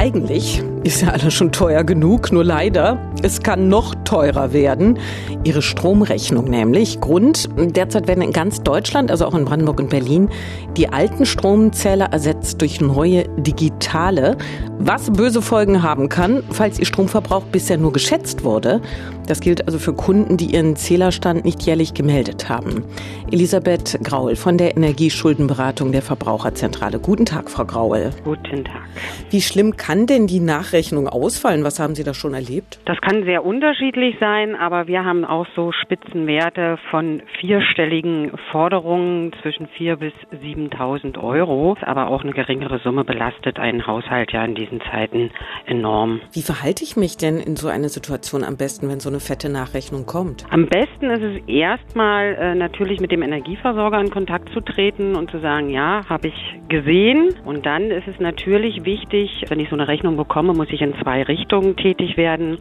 Eigentlich ist ja alles schon teuer genug, nur leider, es kann noch teurer werden. Ihre Stromrechnung nämlich. Grund, derzeit werden in ganz Deutschland, also auch in Brandenburg und Berlin, die alten Stromzähler ersetzt durch neue digitale. Was böse Folgen haben kann, falls ihr Stromverbrauch bisher nur geschätzt wurde. Das gilt also für Kunden, die ihren Zählerstand nicht jährlich gemeldet haben. Elisabeth Graul von der Energieschuldenberatung der Verbraucherzentrale. Guten Tag, Frau Graul. Guten Tag. Wie schlimm kann denn die Nachrechnung ausfallen? Was haben Sie da schon erlebt? Das kann sehr unterschiedlich sein, aber wir haben auch so Spitzenwerte von vierstelligen Forderungen zwischen 4.000 bis 7.000 Euro. Aber auch eine geringere Summe belastet einen Haushalt ja in diesen Zeiten enorm. Wie verhalte ich mich denn in so einer Situation am besten, wenn so eine fette Nachrechnung kommt? Am besten ist es erstmal natürlich mit dem Energieversorger in Kontakt zu treten und zu sagen, ja, habe ich gesehen. Und dann ist es natürlich wichtig, wenn ich so eine Rechnung bekomme, muss ich in zwei Richtungen tätig werden.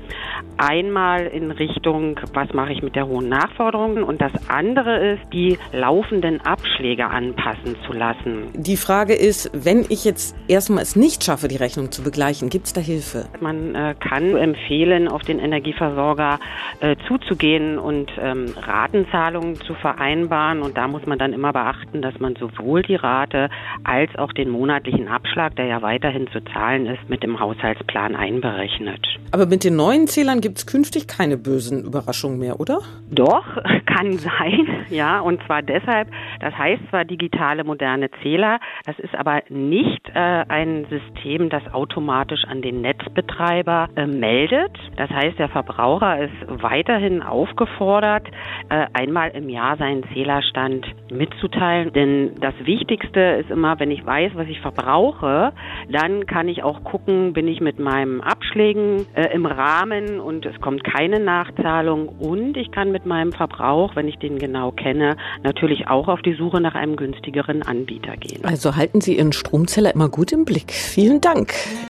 Einmal in Richtung, was mache ich mit der hohen Nachforderung? Und das andere ist, die laufenden Abschläge anpassen zu lassen. Die Frage ist, wenn ich jetzt erstmal es nicht schaffe, die Rechnung zu begleichen, gibt es da Hilfe? Man kann empfehlen, auf den Energieversorger zuzugehen und Ratenzahlungen zu vereinbaren. Und da muss man dann immer beachten, dass man sowohl die Rate als auch den monatlichen Abschlag, der ja weiterhin zu zahlen ist, mit dem Haushaltsplan einberechnet. Aber mit den neuen Zählern gibt es künftig keine bösen Überraschungen mehr, oder? Doch, kann sein, ja, und zwar deshalb, das heißt zwar digitale moderne Zähler, das ist aber nicht ein System, das automatisch an den Netzbetreiber meldet. Das heißt, der Verbraucher ist weiterhin aufgefordert, einmal im Jahr seinen Zählerstand mitzuteilen, denn das Wichtigste ist immer, wenn ich weiß, was ich verbrauche, dann kann ich auch gucken, bin ich mit meinen Abschlägen im Rahmen und es kommt keine Nachzahlung und ich kann mit meinem Verbrauch, wenn ich den genau kenne, natürlich auch auf die Suche nach einem günstigeren Anbieter gehen. Also halten Sie Ihren Stromzähler immer gut im Blick. Vielen Dank.